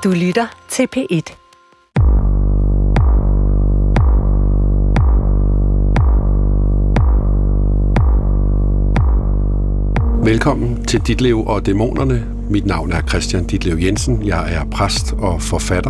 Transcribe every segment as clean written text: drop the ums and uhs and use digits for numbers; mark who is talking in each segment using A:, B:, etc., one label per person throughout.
A: Du lytter til P1.
B: Velkommen til Ditlev og Dæmonerne. Mit navn er Christian Ditlev Jensen. Jeg er præst og forfatter.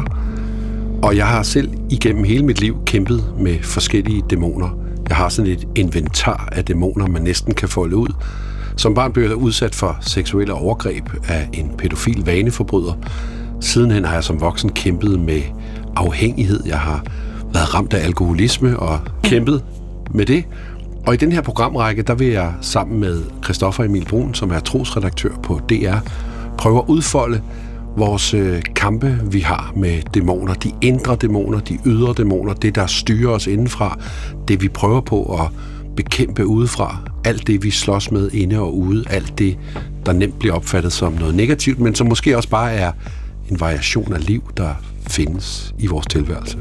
B: Og jeg har selv igennem hele mit liv kæmpet med forskellige dæmoner. Jeg har sådan et inventar af dæmoner, man næsten kan folde ud. Som barn blev jeg udsat for seksuelle overgreb af en pædofil vaneforbryder. Sidenhen har jeg som voksen kæmpet med afhængighed. Jeg har været ramt af alkoholisme og kæmpet med det. Og i den her programrække, der vil jeg sammen med Christoffer Emil Bruun, som er trosredaktør på DR, prøve at udfolde vores kampe, vi har med dæmoner. De indre dæmoner, de ydre dæmoner, det der styrer os indenfra, det vi prøver på at bekæmpe udefra, alt det vi slås med inde og ude, alt det, der nemt bliver opfattet som noget negativt, men som måske også bare er en variation af liv, der findes i vores tilværelse.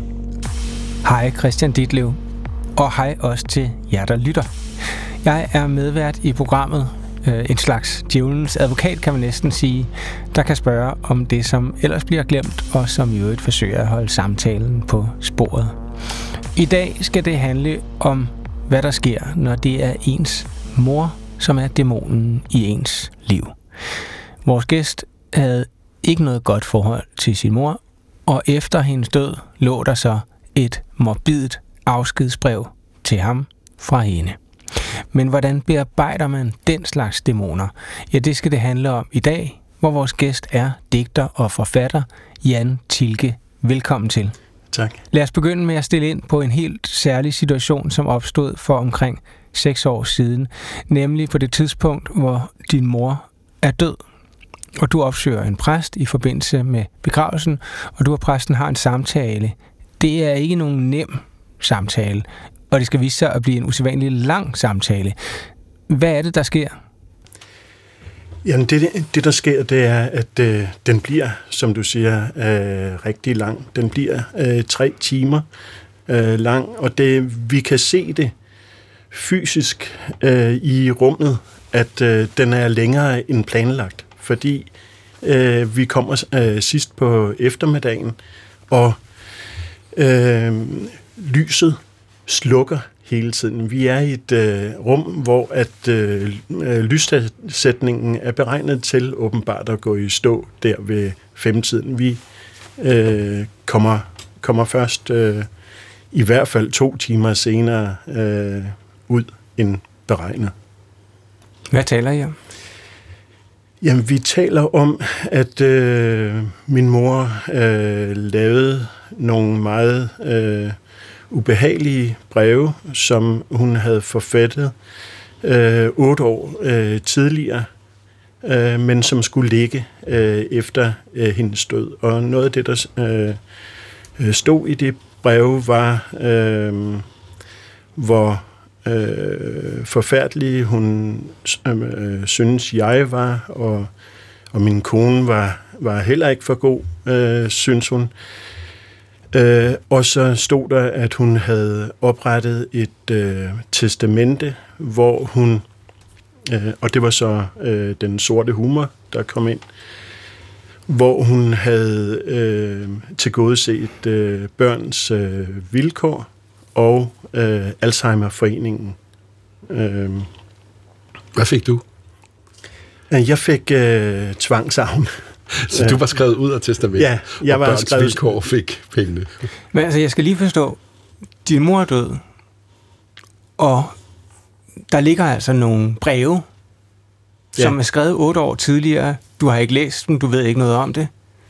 C: Hej Christian Ditlev, og hej også til jer, der lytter. Jeg er medvært i programmet, en slags djævelens advokat, kan man næsten sige, der kan spørge om det, som ellers bliver glemt, og som i øvrigt forsøger at holde samtalen på sporet. I dag skal det handle om, hvad der sker, når det er ens mor, som er dæmonen i ens liv. Vores gæst havde ikke noget godt forhold til sin mor, og efter hendes død lå der så et morbidt afskedsbrev til ham fra hende. Men hvordan bearbejder man den slags dæmoner? Ja, det skal det handle om i dag, hvor vores gæst er digter og forfatter Jan Thielke. Velkommen til.
D: Tak.
C: Lad os begynde med at stille ind på en helt særlig situation, som opstod for omkring 6 år siden, nemlig på det tidspunkt, hvor din mor er død. Og du opsøger en præst i forbindelse med begravelsen, og du og præsten har en samtale. Det er ikke nogen nem samtale, og det skal vise sig at blive en usædvanlig lang samtale. Hvad er det, der sker?
D: Jamen, det der sker, det er, at den bliver, som du siger, rigtig lang. Den bliver 3 timer lang, og vi kan se det fysisk i rummet, at den er længere end planlagt, fordi vi kommer sidst på eftermiddagen, og lyset slukker hele tiden. Vi er i et rum, hvor at lyssætningen er beregnet til åbenbart at gå i stå der ved 5-tiden. Vi kommer først i hvert fald 2 timer senere ud end beregnet.
C: Hvad taler I om?
D: Jamen, vi taler om, at min mor lavede nogle meget ubehagelige breve, som hun havde forfattet 8 år tidligere, men som skulle ligge efter hendes død. Og noget af det, der stod i det breve, var, hvor forfærdelig hun synes jeg var, og min kone var heller ikke for god, synes hun. Og så stod der, at hun havde oprettet et testamente, hvor hun, og det var så den sorte humor, der kom ind, hvor hun havde tilgodeset børns vilkår og Alzheimerforeningen.
B: Hvad fik du?
D: Jeg fik tvangsavn.
B: Så du var skrevet ud af testamentet,
D: ja, jeg
B: og
D: var
B: børns
D: skrevet
B: vilkår fik pengene.
C: Men altså, jeg skal lige forstå, din mor er død, og der ligger altså nogle breve, som er skrevet 8 år tidligere. Du har ikke læst dem, du ved ikke noget om det.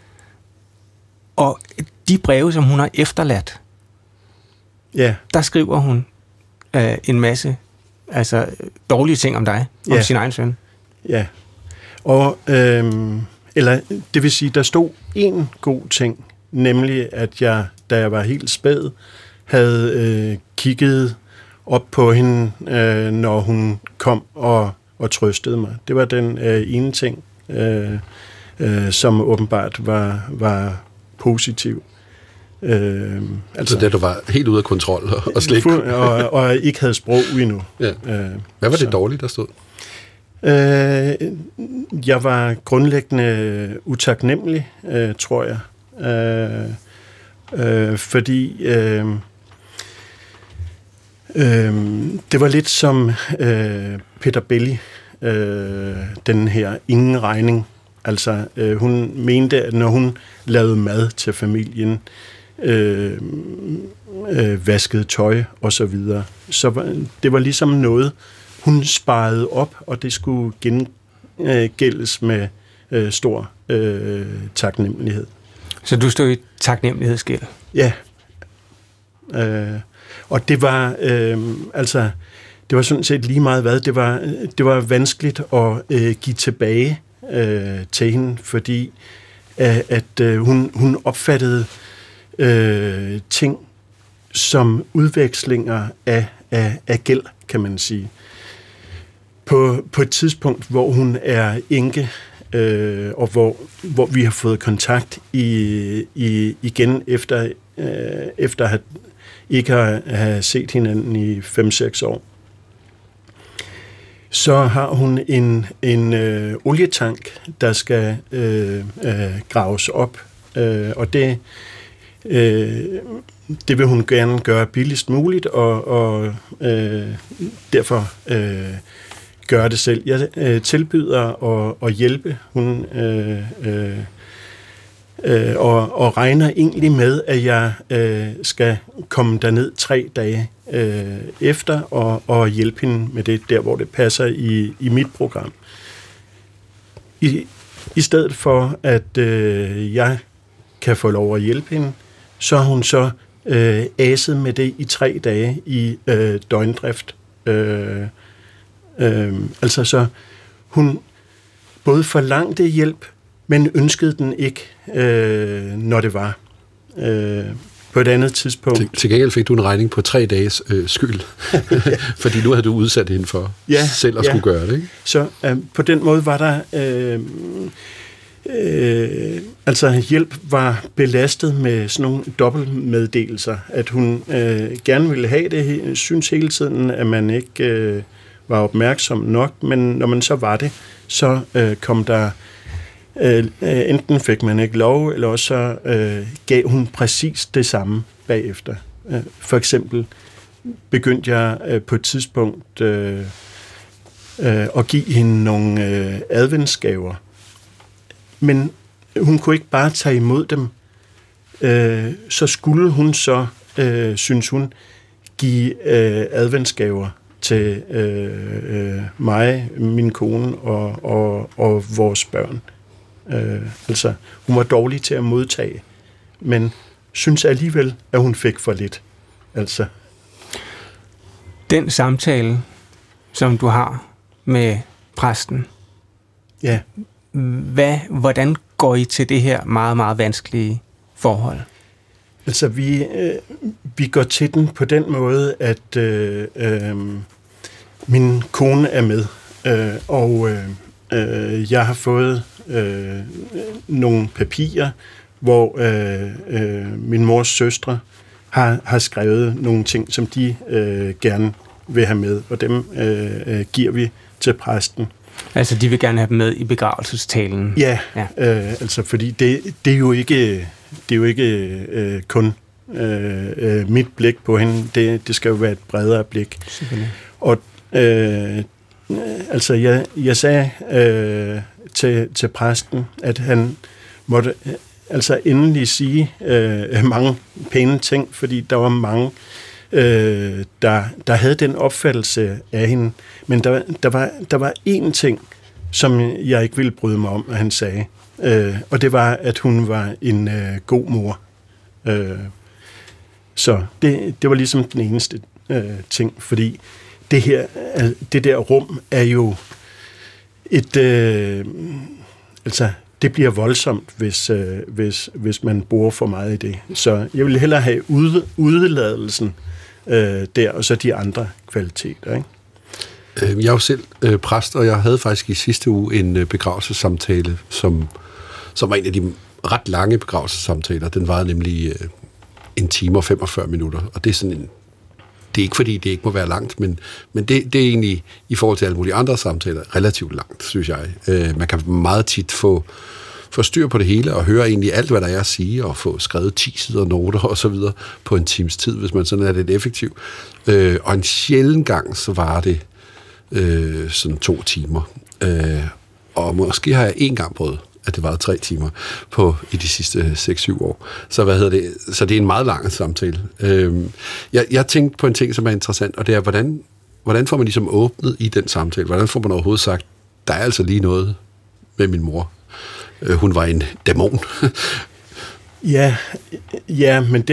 C: Og de breve, som hun har efterladt, der skriver hun en masse dårlige ting om dig, om sin egen søn.
D: Ja, og eller det vil sige, der stod en god ting, nemlig at jeg, da jeg var helt spæd, havde kigget op på hende, når hun kom og trøstede mig. Det var den ene ting, som åbenbart var positiv.
B: Altså det, du var helt ude af kontrol og slet
D: og ikke havde sprog endnu.
B: Ja. Hvad var det dårlige, der stod?
D: Jeg var grundlæggende utaknemmelig, tror jeg. Fordi det var lidt som Peter Belli, den her ingen regning. Altså, hun mente, at når hun lavede mad til familien, vaskede tøj og så videre, så det var ligesom noget, hun sparede op, og det skulle gengældes med stor taknemmelighed.
C: Så du stod i taknemmelighedsgæld?
D: Ja. Og det var det var sådan set lige meget hvad. Det var vanskeligt at give tilbage til hende, fordi at hun opfattede ting som udvekslinger af gæld, kan man sige. På et tidspunkt, hvor hun er enke, og hvor vi har fået kontakt igen efter at ikke have set hinanden i 5-6 år, så har hun en olietank, der skal graves op, og det vil hun gerne gøre billigst muligt, og derfor gøre det selv. Jeg tilbyder at hjælpe. Hun og regner egentlig med, at jeg skal komme derned 3 dage efter og hjælpe hende med det der, hvor det passer i mit program. I stedet for, at jeg kan få lov at hjælpe hende, så har hun så aset med det i 3 dage i døgndrift. Altså så hun både forlangte hjælp, men ønskede den ikke, når det var. På et andet tidspunkt.
B: Til gengæld fik du en regning på 3 dages skyld, fordi nu havde du udsat hende for selv at skulle gøre det, ikke?
D: Så på den måde var der altså hjælp var belastet med sådan nogle dobbeltmeddelelser, at hun gerne ville have det, synes hele tiden, at man ikke var opmærksom nok, men når man så var det, så kom der enten fik man ikke lov, eller også gav hun præcis det samme bagefter. For eksempel begyndte jeg på et tidspunkt at give hende nogle adventsgaver, men hun kunne ikke bare tage imod dem. Så skulle hun så, synes hun, give adventsgaver til mig, min kone og vores børn. Altså, hun var dårlig til at modtage, men synes alligevel, at hun fik for lidt. Altså.
C: Den samtale, som du har med præsten,
D: ja.
C: Hvordan går I til det her meget, meget vanskelige forhold?
D: Altså, vi går til den på den måde, at min kone er med, og jeg har fået nogle papirer, hvor min mors søstre har skrevet nogle ting, som de gerne vil have med, og dem giver vi til præsten.
C: Altså, de vil gerne have dem med i begravelsestalen?
D: Ja. Altså, fordi det er jo ikke kun mit blik på hende. Det skal jo være et bredere blik. Og altså, jeg sagde til præsten, at han måtte altså endelig sige mange pæne ting, fordi der var mange, der havde den opfattelse af hende. Men der var én ting, som jeg ikke ville bryde mig om, at han sagde. Og det var, at hun var en god mor. Så det var ligesom den eneste ting, fordi det der rum er jo et... altså, det bliver voldsomt, hvis man bruger for meget i det. Så jeg vil hellere have udeladelsen der, og så de andre kvaliteter, ikke?
B: Jeg er jo selv præst, og jeg havde faktisk i sidste uge en begravelsessamtale, som var en af de ret lange begravelsessamtaler. Den varede nemlig 1 time og 45 minutter, og det er sådan det er ikke fordi, det ikke må være langt, men det er egentlig, i forhold til alle mulige andre samtaler, relativt langt, synes jeg. Man kan meget tit få få styr på det hele og høre egentlig alt, hvad der er at sige, og få skrevet 10 sider noter og så videre på en times tid, hvis man sådan er lidt effektiv. Og en sjælden gang, så var det sådan 2 timer. Og måske har jeg en gang prøvet, at det var 3 timer i de sidste 6-7 år. Så så det er en meget lang samtale. Jeg tænkte på en ting, som er interessant, og det er, hvordan får man ligesom åbnet i den samtale? Hvordan får man overhovedet sagt, der er altså lige noget med min mor. Hun var en dæmon.
D: Ja, men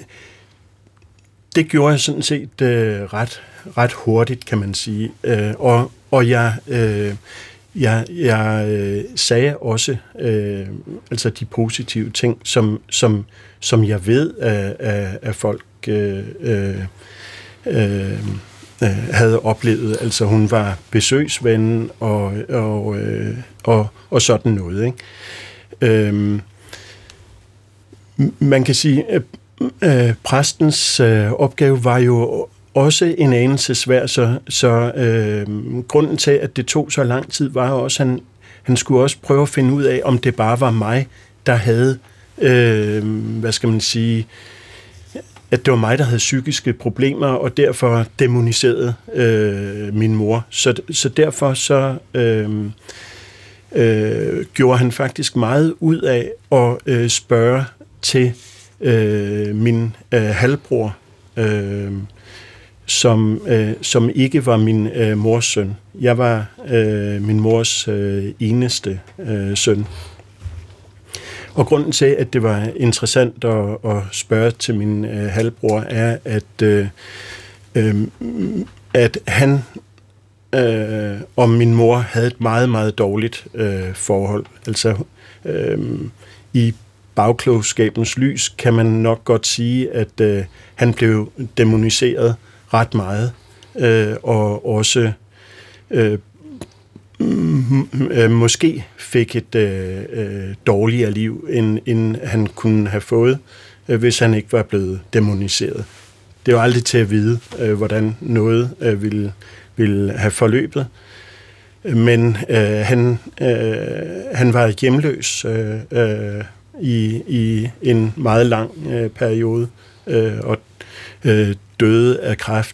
D: det gjorde jeg sådan set ret hurtigt, kan man sige. Og jeg sagde også altså de positive ting, som jeg ved, at folk havde oplevet. Altså hun var besøgsven og sådan noget, ikke? Man kan sige, at præstens opgave var jo også en anelse svær, så grunden til, at det tog så lang tid, var også, at han skulle også prøve at finde ud af, om det bare var mig, der havde, hvad skal man sige, at det var mig, der havde psykiske problemer, og derfor dæmoniserede min mor. Så derfor gjorde han faktisk meget ud af at spørge til min halvbror, som ikke var min mors søn. Jeg var min mors eneste søn. Og grunden til, at det var interessant at spørge til min halvbror, er, at han og min mor havde et meget, meget dårligt forhold. Altså i bagklogskabens lys kan man nok godt sige, at han blev dæmoniseret ret meget, og også måske fik et dårligere liv, end han kunne have fået, hvis han ikke var blevet dæmoniseret. Det var aldrig til at vide, hvordan noget ville have forløbet. Men han var hjemløs i en meget lang periode, og døde af kræft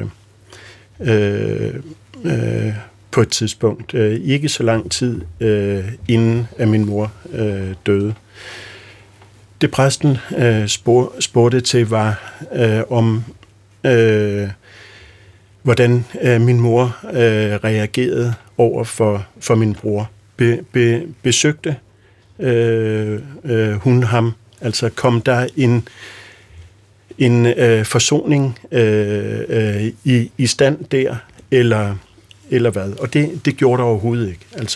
D: på et tidspunkt. Ikke så lang tid inden at min mor døde. Det præsten spurgte til var om hvordan min mor reagerede over for min bror. Besøgte hun ham, altså kom der en forsoning i stand der, eller hvad? Og det gjorde der overhovedet ikke. Altså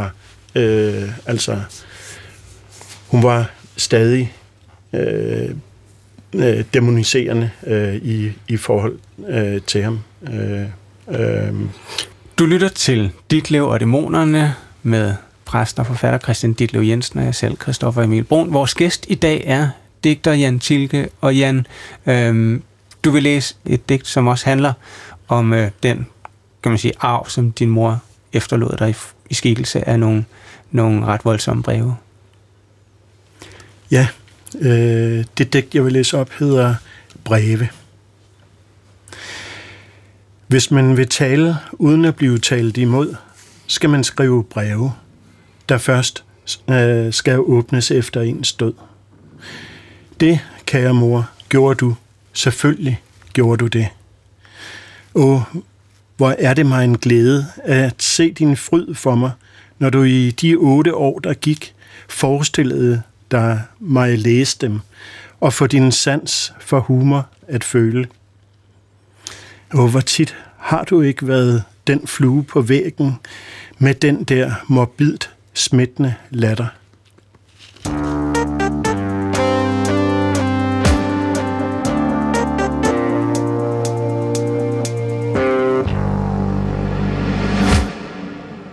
D: hun var stadig dæmoniserende i forhold til ham.
C: Du lytter til Ditlev og Dæmonerne med præst og forfatter Christian Ditlev Jensen og jeg selv, Christoffer Emil Bruun. Vores gæst i dag er digter Jan Thielke. Og Jan, du vil læse et digt, som også handler om den, kan man sige, arv, som din mor efterlod dig i skikkelse af nogle ret voldsomme breve.
D: Ja, det digt, jeg vil læse op, hedder Breve. Hvis man vil tale uden at blive talt imod, skal man skrive breve, der først skal åbnes efter ens død. Det, kære mor, gjorde du. Selvfølgelig gjorde du det. Hvor er det mig en glæde at se din fryd for mig, når du i de 8 år, der gik, forestillede dig mig læse dem, og få din sans for humor at føle. Hvor tit har du ikke været den flue på væggen med den der morbidt smittende latter?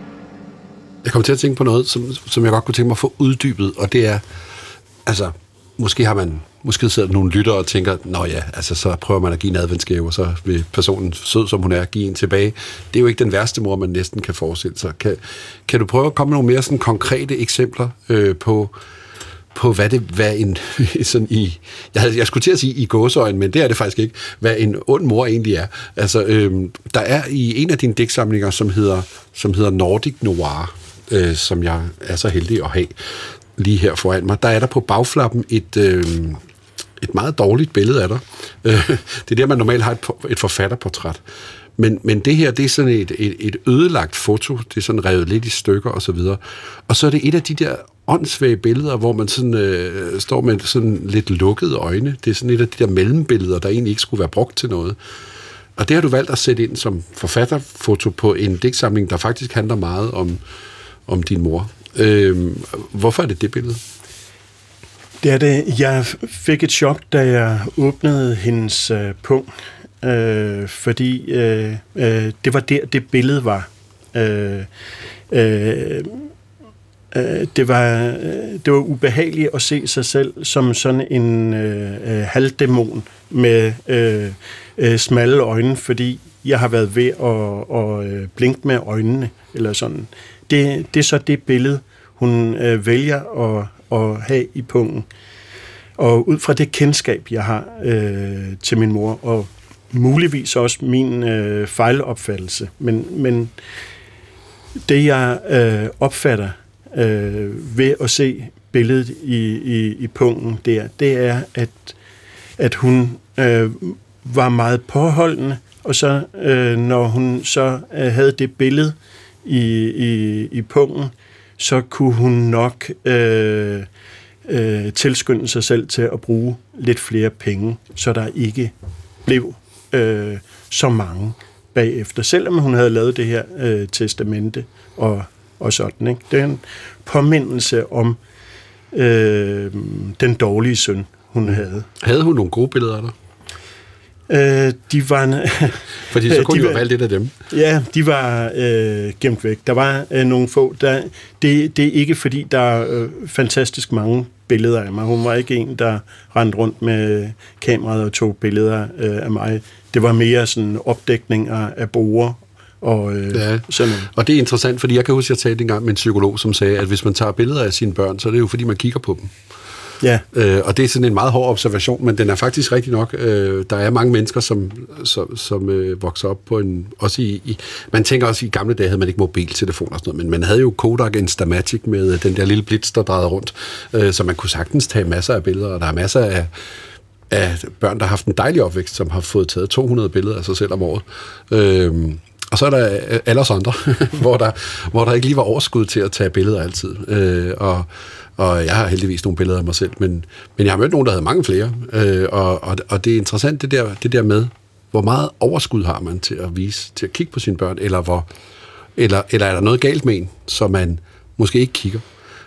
B: Jeg kom til at tænke på noget, som jeg godt kunne tænke mig at få uddybet, og det er, altså, Måske sidder nogle lyttere og tænker, nå ja, altså så prøver man at give en adventsgave, og så vil personen, sød som hun er, give en tilbage. Det er jo ikke den værste mor, man næsten kan forestille sig. Kan du prøve at komme med nogle mere sådan konkrete eksempler på hvad en sådan jeg skulle til at sige i gåseøjne, men det er det faktisk ikke, hvad en ond mor egentlig er. Altså, der er i en af dine digtsamlinger, som hedder Nordic Noir, som jeg er så heldig at have lige her foran mig, der er der på bagflappen et meget dårligt billede af dig. Det er der, man normalt har et forfatterportræt. Men det her, det er sådan et ødelagt foto, det er sådan revet lidt i stykker og så videre. Og så er det et af de der åndssvage billeder, hvor man sådan, står med sådan lidt lukkede øjne. Det er sådan et af de der mellembilleder, der egentlig ikke skulle være brugt til noget. Og det har du valgt at sætte ind som forfatterfoto på en digtsamling, der faktisk handler meget om din mor. Hvorfor er det billede?
D: Det er det. Jeg fik et chok, da jeg åbnede hendes pung, fordi det var der, det billede var. Det var ubehageligt at se sig selv som sådan en halvdæmon med smalle øjne, fordi jeg har været ved at blinke med øjnene, eller sådan. Det er så det billede, hun vælger at have i pungen. Og ud fra det kendskab, jeg har til min mor, og muligvis også min fejlopfattelse, men det jeg opfatter ved at se billedet i pungen der, det er, at hun var meget påholdende, og så når hun så havde det billede i pungen, så kunne hun nok tilskynde sig selv til at bruge lidt flere penge, så der ikke blev så mange bagefter, selvom hun havde lavet det her testamente og sådan. Ikke? Det er en påmindelse om den dårlige søn, hun havde.
B: Havde hun nogle gode billeder af dig?
D: De var...
B: Fordi så kunne de jo valgt lidt af dem.
D: Ja, de var gemt væk. Der var nogle få. Det er ikke, fordi der er fantastisk mange billeder af mig. Hun var ikke en, der rendte rundt med kameraet og tog billeder af mig. Det var mere sådan opdækninger af borde og sådan noget.
B: Og det er interessant, fordi jeg kan huske, at jeg talte engang med en psykolog, som sagde, at hvis man tager billeder af sine børn, så er det jo, fordi man kigger på dem.
D: Ja.
B: Og det er sådan en meget hård observation, men den er faktisk rigtig nok. Der er mange mennesker, som vokser op på en... Også man tænker også, i gamle dage havde man ikke mobiltelefon og sådan noget, men man havde jo Kodak Instamatic med den der lille blitz, der drejede rundt, så man kunne sagtens tage masser af billeder, og der er masser af børn, der har haft en dejlig opvækst, som har fået taget 200 billeder af sig selv om året. Og så er der alle os andre, hvor der ikke lige var overskud til at tage billeder altid. Og jeg har heldigvis nogle billeder af mig selv, men jeg har mødt nogen, der havde mange flere. Og det er interessant det der med, hvor meget overskud har man til at vise, til at kigge på sine børn, eller er der noget galt med en, så man måske ikke kigger.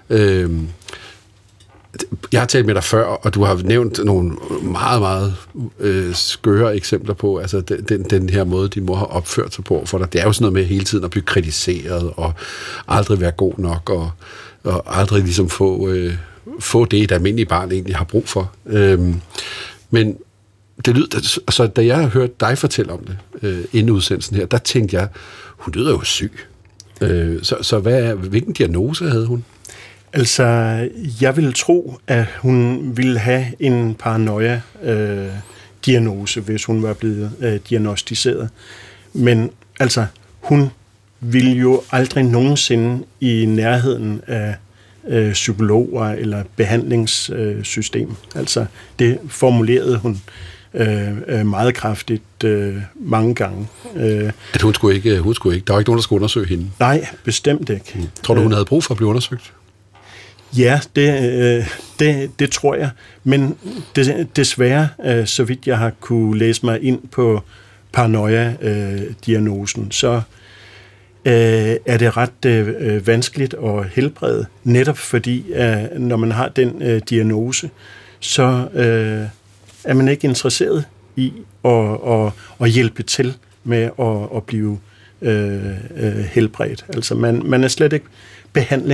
B: Jeg har talt med dig før, og du har nævnt nogle meget, meget skøre eksempler på, altså den her måde, din mor har opført sig på for dig. Det er jo sådan noget med hele tiden at blive kritiseret, og aldrig være god nok, og aldrig ligesom få det, et almindeligt barn egentlig har brug for. Men det lyder, så da jeg har hørt dig fortælle om det, inden udsendelsen her, der tænkte jeg, hun lyder jo syg. Så hvilken diagnose havde hun?
D: Altså, jeg ville tro, at hun ville have en paranoia-diagnose, hvis hun var blevet diagnostiseret. Men altså, hun ville jo aldrig nogensinde i nærheden af psykologer eller behandlingssystem. Altså, det formulerede hun meget kraftigt mange gange.
B: At hun skulle ikke. Der var ikke nogen, der skulle undersøge hende?
D: Nej, bestemt ikke.
B: Tror du, hun havde brug for at blive undersøgt?
D: Ja, det tror jeg. Men desværre, så vidt jeg har kunne læse mig ind på paranoia-diagnosen, så er det ret vanskeligt at helbrede. Netop fordi, når man har den diagnose, så er man ikke interesseret i at hjælpe til med at blive helbredt. Altså man er slet ikke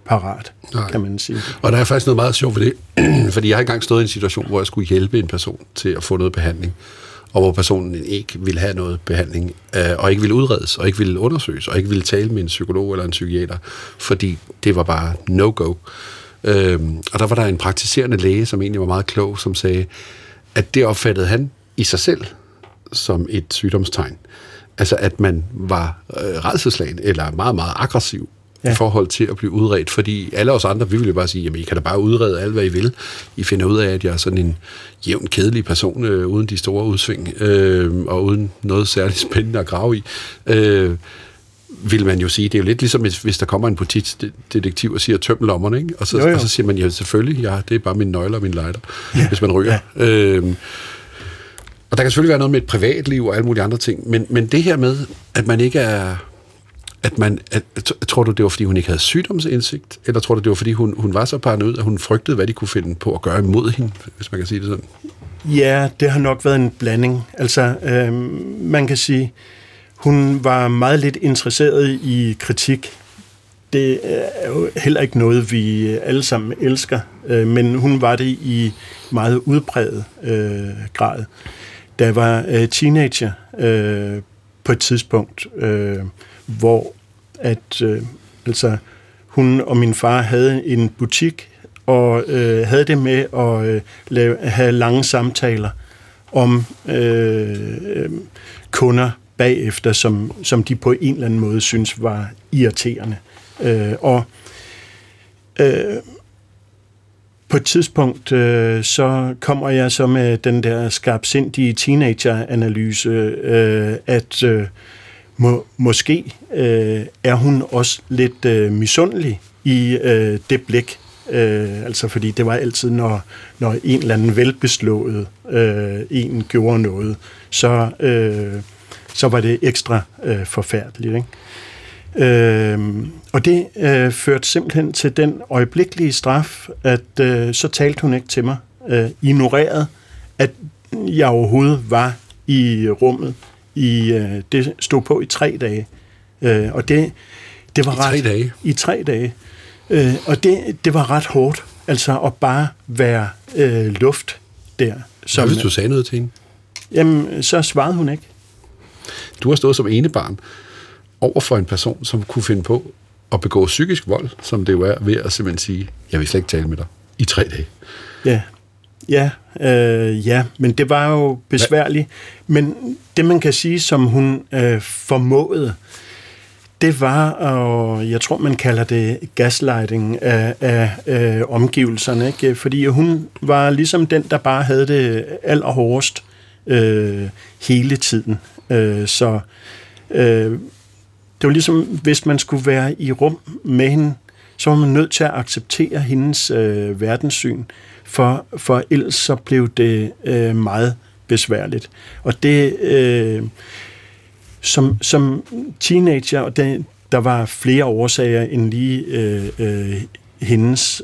D: parat, kan man sige.
B: Og der er faktisk noget meget sjovt ved det, fordi jeg har engang stået i en situation, hvor jeg skulle hjælpe en person til at få noget behandling, og hvor personen ikke ville have noget behandling, og ikke ville udredes, og ikke ville undersøges, og ikke ville tale med en psykolog eller en psykiater, fordi det var bare no-go. Og der var der en praktiserende læge, som egentlig var meget klog, som sagde, at det opfattede han i sig selv som et sygdomstegn. Altså at man var rædselsslagen, eller meget, meget aggressiv, i forhold til at blive udredt, fordi alle os andre, vi ville jo bare sige, jamen I kan da bare udrede alt, hvad I vil. I finder ud af, at jeg er sådan en jævn, kedelig person, uden de store udsving, og uden noget særligt spændende at grave i. Vil man jo sige, det er jo lidt ligesom, hvis der kommer en butiksdetektiv og siger, tøm lommerne, ikke? Og så siger man, ja selvfølgelig, det er bare mine nøgler og mine lighter, hvis man ryger. Ja. Og der kan selvfølgelig være noget med et privatliv og alle mulige andre ting, men det her med, at man ikke er... tror du, det var, fordi hun ikke havde sygdomsindsigt, eller tror du, det var, fordi hun var så paranoid, at hun frygtede, hvad de kunne finde på at gøre imod hende, hvis man kan sige det sådan? Ja,
D: det har nok været en blanding. Altså, man kan sige, hun var meget lidt interesseret i kritik. Det er jo heller ikke noget, vi alle sammen elsker, men hun var det i meget udpræget grad. Da jeg var teenager på et tidspunkt, hvor at hun og min far havde en butik, og havde det med at have lange samtaler om kunder bagefter, som de på en eller anden måde synes var irriterende. På et tidspunkt, så kommer jeg så med den der skarpsindige teenager-analyse, at måske er hun også lidt misundelig i det blik. Altså fordi det var altid, når en eller anden velbeslået en gjorde noget, så var det ekstra forfærdeligt, ikke? Og det førte simpelthen til den øjeblikkelige straf, at så talte hun ikke til mig. Ignorerede, at jeg overhovedet var i rummet. Det stod på i 3 dage. Og det var ret...
B: I 3 dage?
D: I 3 dage. Og det var ret hårdt, altså at bare være luft der.
B: Hvad hvis du sagde noget til hende?
D: Jamen, så svarede hun ikke.
B: Du har stået som enebarn over for en person, som kunne finde på at begå psykisk vold, som det jo er, ved at simpelthen sige, jeg vil slet ikke tale med dig i 3 dage. Ja, men det var jo besværligt. Men det, man kan sige, som hun formåede, det var, og jeg tror, man kalder det gaslighting af omgivelserne, ikke? Fordi hun var ligesom den, der bare havde det allerhårdest hele tiden. Det var ligesom, hvis man skulle være i rum med hende, så var man nødt til at acceptere hendes verdenssyn, for ellers så blev det meget besværligt. Og det, som teenager, og der var flere årsager end lige hendes,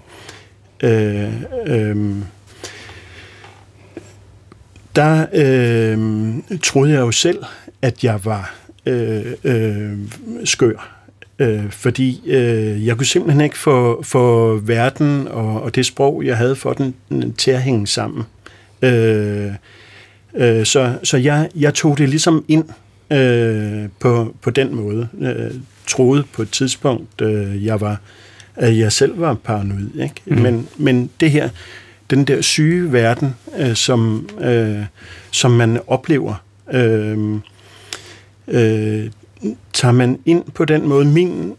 B: der troede jeg jo selv, at jeg var skør. Fordi jeg kunne simpelthen ikke få verden og det sprog, jeg havde for den, til at hænge sammen. Så jeg tog det ligesom ind på den måde. Troede på et tidspunkt, at jeg selv var paranoid. Ikke? Men det her, den der syge verden, som man oplever, tager man ind på den måde. Min,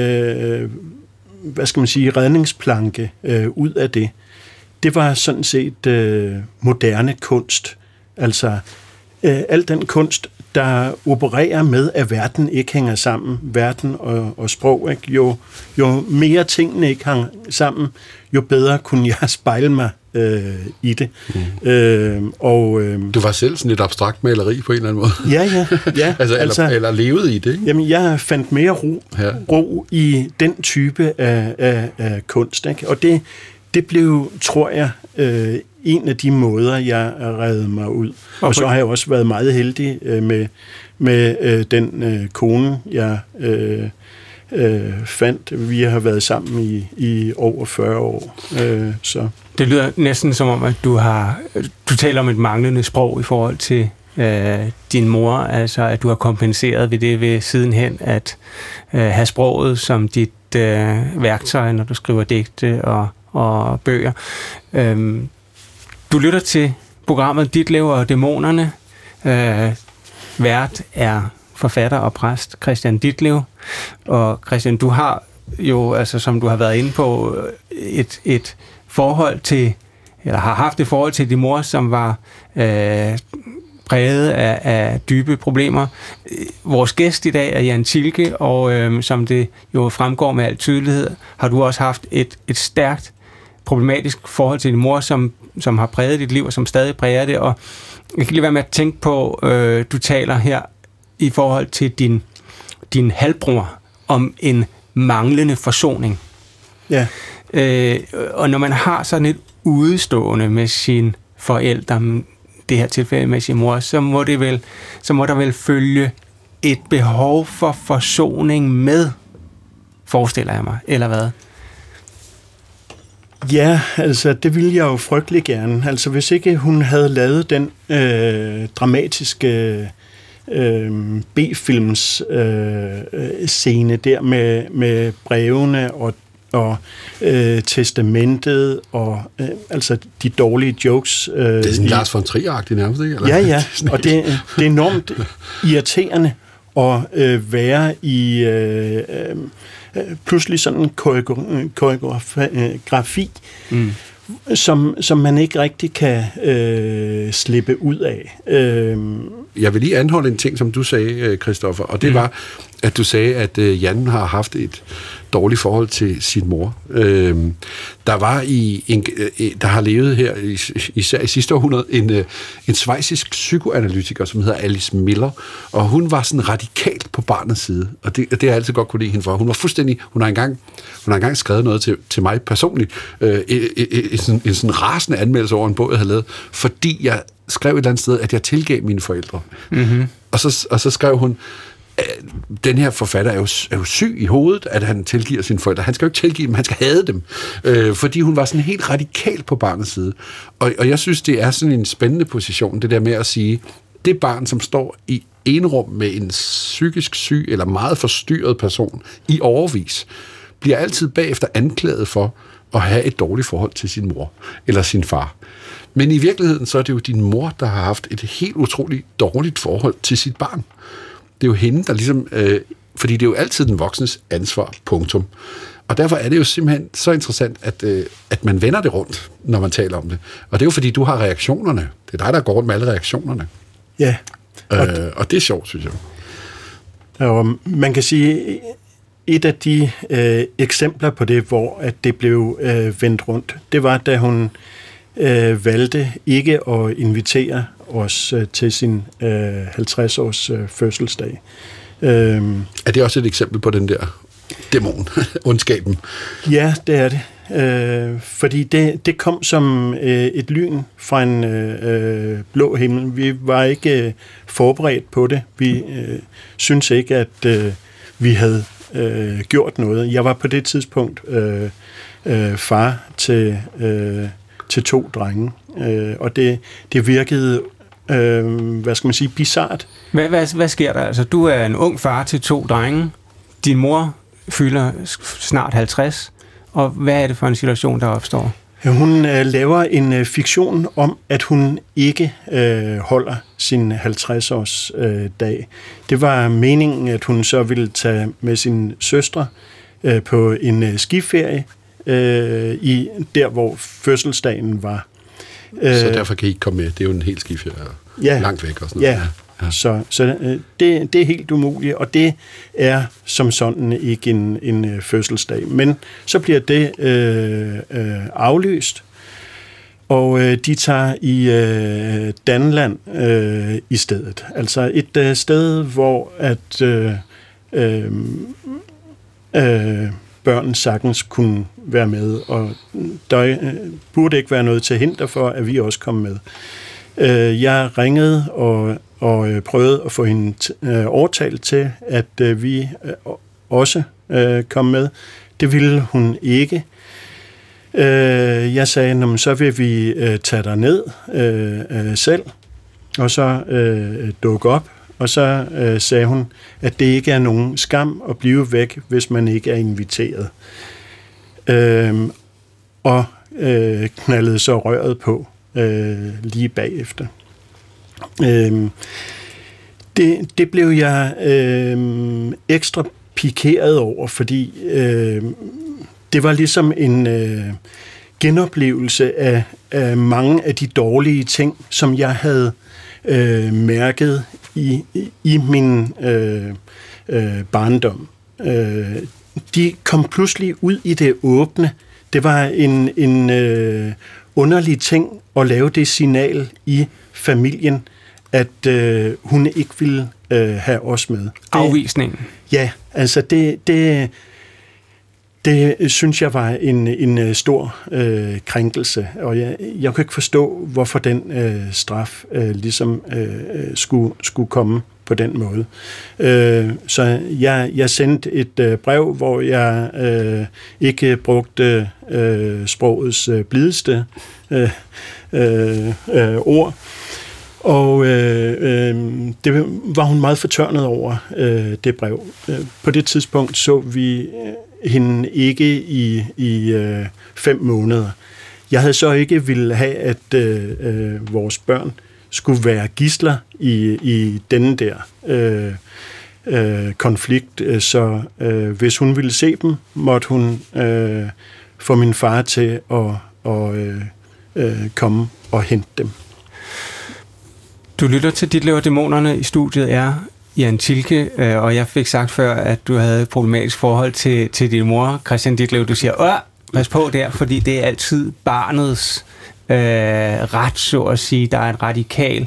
B: redningsplanke ud af det var sådan set moderne kunst. Altså al den kunst, der opererer med, at verden ikke hænger sammen, verden og sprog, ikke? Jo mere tingene ikke hang sammen, jo bedre kunne jeg spejle mig i det. Du var selv sådan et abstrakt maleri på en eller anden måde.
D: Ja.
B: eller levede i det, ikke?
D: Jamen, jeg fandt mere ro i den type af kunst, ikke? Og det blev, tror jeg, en af de måder, jeg reddede mig ud. Og så har jeg også været meget heldig med den kone, jeg fandt. Vi har været sammen i over 40 år. Så.
C: Det lyder næsten som om, at du taler om et manglende sprog i forhold til din mor, altså at du har kompenseret ved det ved sidenhen at have sproget som dit værktøj, når du skriver digte og bøger. Du lytter til programmet Ditlev og Dæmonerne. Vært er forfatter og præst Christian Ditlev. Og Christian, du har jo, altså som du har været inde på, et forhold til, eller har haft et forhold til din mor, som var præget af dybe problemer. Vores gæst i dag er Jan Thielke, og som det jo fremgår med al tydelighed, har du også haft et stærkt problematisk forhold til din mor, som har præget dit liv, og som stadig præger det. Og jeg kan lige være med at tænke på, du taler her i forhold til din halvbror om en manglende forsoning.
D: Ja.
C: Og når man har sådan et udestående med sine forældre, det her tilfælde med sin mor, så må der vel følge et behov for forsoning med, forestiller jeg mig, eller hvad?
D: Ja, altså det ville jeg jo frygtelig gerne. Altså hvis ikke hun havde lavet den dramatiske B-films scene der med brevene og testamentet og altså de dårlige jokes.
B: Det er sådan Lars von Trier-agtigt nærmest, ikke? Eller?
D: Ja, og det er enormt irriterende at være i pludselig sådan en koreografi, som man ikke rigtig kan slippe ud af.
B: Jeg vil lige anholde en ting, som du sagde, Christoffer, og det var, at du sagde, at Jan har haft et dårligt forhold til sin mor. Der har levet her, især i sidste århundrede, en schweizisk psykoanalytiker, som hedder Alice Miller, og hun var sådan radikalt på barnets side, og det har jeg altid godt kunne lide hende for. Hun var fuldstændig, hun har engang skrevet noget til mig personligt, en sådan rasende anmeldelse over en bog, jeg havde lavet, fordi jeg skrev et eller andet sted, at jeg tilgav mine forældre. Mm-hmm. Og så skrev hun, den her forfatter er jo syg i hovedet, at han tilgiver sine forældre. Han skal jo ikke tilgive dem, han skal hade dem. Fordi hun var sådan helt radikal på barnets side. Og jeg synes, det er sådan en spændende position, det der med at sige, det barn, som står i enrum med en psykisk syg eller meget forstyrret person i årevis, bliver altid bagefter anklaget for at have et dårligt forhold til sin mor eller sin far. Men i virkeligheden, så er det jo din mor, der har haft et helt utroligt dårligt forhold til sit barn. Det er jo hende, der ligesom... fordi det er jo altid den voksnes ansvar, punktum. Og derfor er det jo simpelthen så interessant, at man vender det rundt, når man taler om det. Og det er jo fordi, du har reaktionerne. Det er dig, der går rundt med alle reaktionerne.
D: Ja.
B: Og det er sjovt, synes jeg.
D: Og man kan sige, et af de eksempler på det, hvor at det blev vendt rundt, det var, da hun valgte ikke at invitere os til sin 50-års fødselsdag.
B: Er det også et eksempel på den der dæmon, ondskaben?
D: Ja, det er det. Fordi det kom som et lyn fra en blå himmel. Vi var ikke forberedt på det. Vi synes ikke, at vi havde gjort noget. Jeg var på det tidspunkt far til 2 drenge, og det virkede, hvad skal man sige, bizart.
C: Hvad sker der? Altså, du er en ung far til 2 drenge. Din mor fylder snart 50. Og hvad er det for en situation, der opstår?
D: Hun laver en fiktion om, at hun ikke holder sin 50-års dag. Det var meningen, at hun så ville tage med sin søstre på en skiferie i der, hvor fødselsdagen var.
B: Så derfor kan I ikke komme med. Det er jo en helt skiferie langt væk og sådan noget.
D: Ja. Så det er helt umuligt, og det er som sådan ikke en fødselsdag. Men så bliver det aflyst, og de tager i Danland i stedet. Altså et sted, hvor at børn sagtens kunne være med, og der burde ikke være noget til hinder for, at vi også kom med. Jeg ringede og prøvede at få hende overtalt til, at vi også komme med. Det ville hun ikke. Jeg sagde, så vil vi tage dig ned selv, og så dukke op. Og så sagde hun, at det ikke er nogen skam at blive væk, hvis man ikke er inviteret. Og knaldede så røret på lige bagefter. Det blev jeg ekstra pikeret over, fordi det var ligesom en genoplevelse af mange af de dårlige ting, som jeg havde mærket i min barndom. De kom pludselig ud i det åbne. Det var en underlig ting at lave det signal i familien, at hun ikke ville have os med.
C: Afvisningen.
D: Ja, altså det synes jeg var en stor krænkelse, og jeg kan ikke forstå, hvorfor den straf ligesom skulle komme på den måde. Så jeg sendte et brev, hvor jeg ikke brugte sprogets blideste ord, og det var hun meget fortørnet over, det brev. På det tidspunkt så vi hende ikke i 5 måneder. Jeg havde så ikke ville have, at vores børn skulle være gidsler i denne der konflikt. Så hvis hun ville se dem, måtte hun få min far til at komme og hente dem.
C: Du lytter til Ditlev og Dæmonerne. I studiet er Jan Thielke, og jeg fik sagt før, at du havde et problematisk forhold til din mor, Christian Ditlev. Du siger, pas på der, fordi det er altid barnets ret, så at sige. Der er en radikal,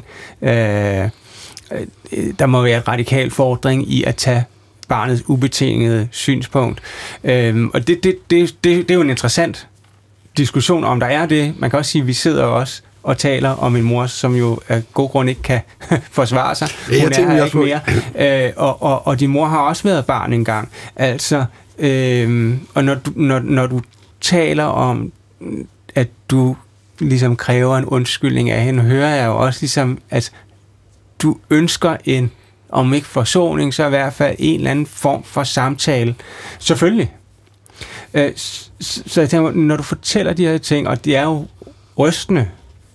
C: der må være en radikal fordring i at tage barnets ubetingede synspunkt. Og det er jo en interessant diskussion, om der er det. Man kan også sige, at vi sidder også og taler om en mor, som jo af god grund ikke kan forsvare sig. Hun er her ikke mere. Og din mor har også været barn engang. Altså, og når du taler om, at du ligesom kræver en undskyldning af hende, hører jeg jo også ligesom, at du ønsker en, om ikke forsoning, så i hvert fald en eller anden form for samtale. Selvfølgelig. Så jeg tænker, når du fortæller de her ting, og det er jo rystende,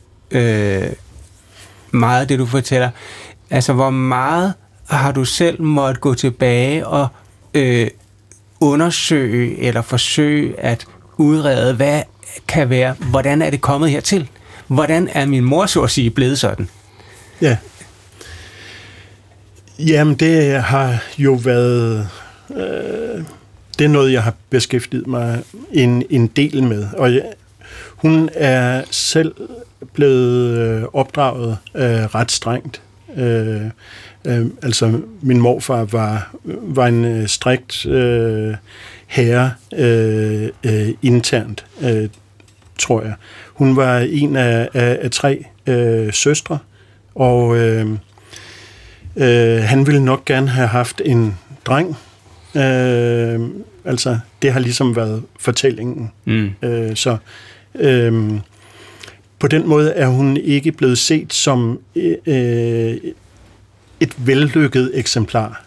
C: meget af det, du fortæller. Altså, hvor meget har du selv måttet gå tilbage og undersøge eller forsøge at udrede, hvad kan være, hvordan er det kommet hertil? Hvordan er min mor, så at sige, blevet sådan?
D: Ja. Jamen, det har jo været... det er noget, jeg har beskæftiget mig en del med. Og hun er selv blevet opdraget ret strengt. Altså, min morfar var en strikt herre internt, tror jeg. Hun var en af 3 søstre, og han ville nok gerne have haft en dreng. Altså, det har ligesom været fortællingen. Så på den måde er hun ikke blevet set som et vellykket eksemplar.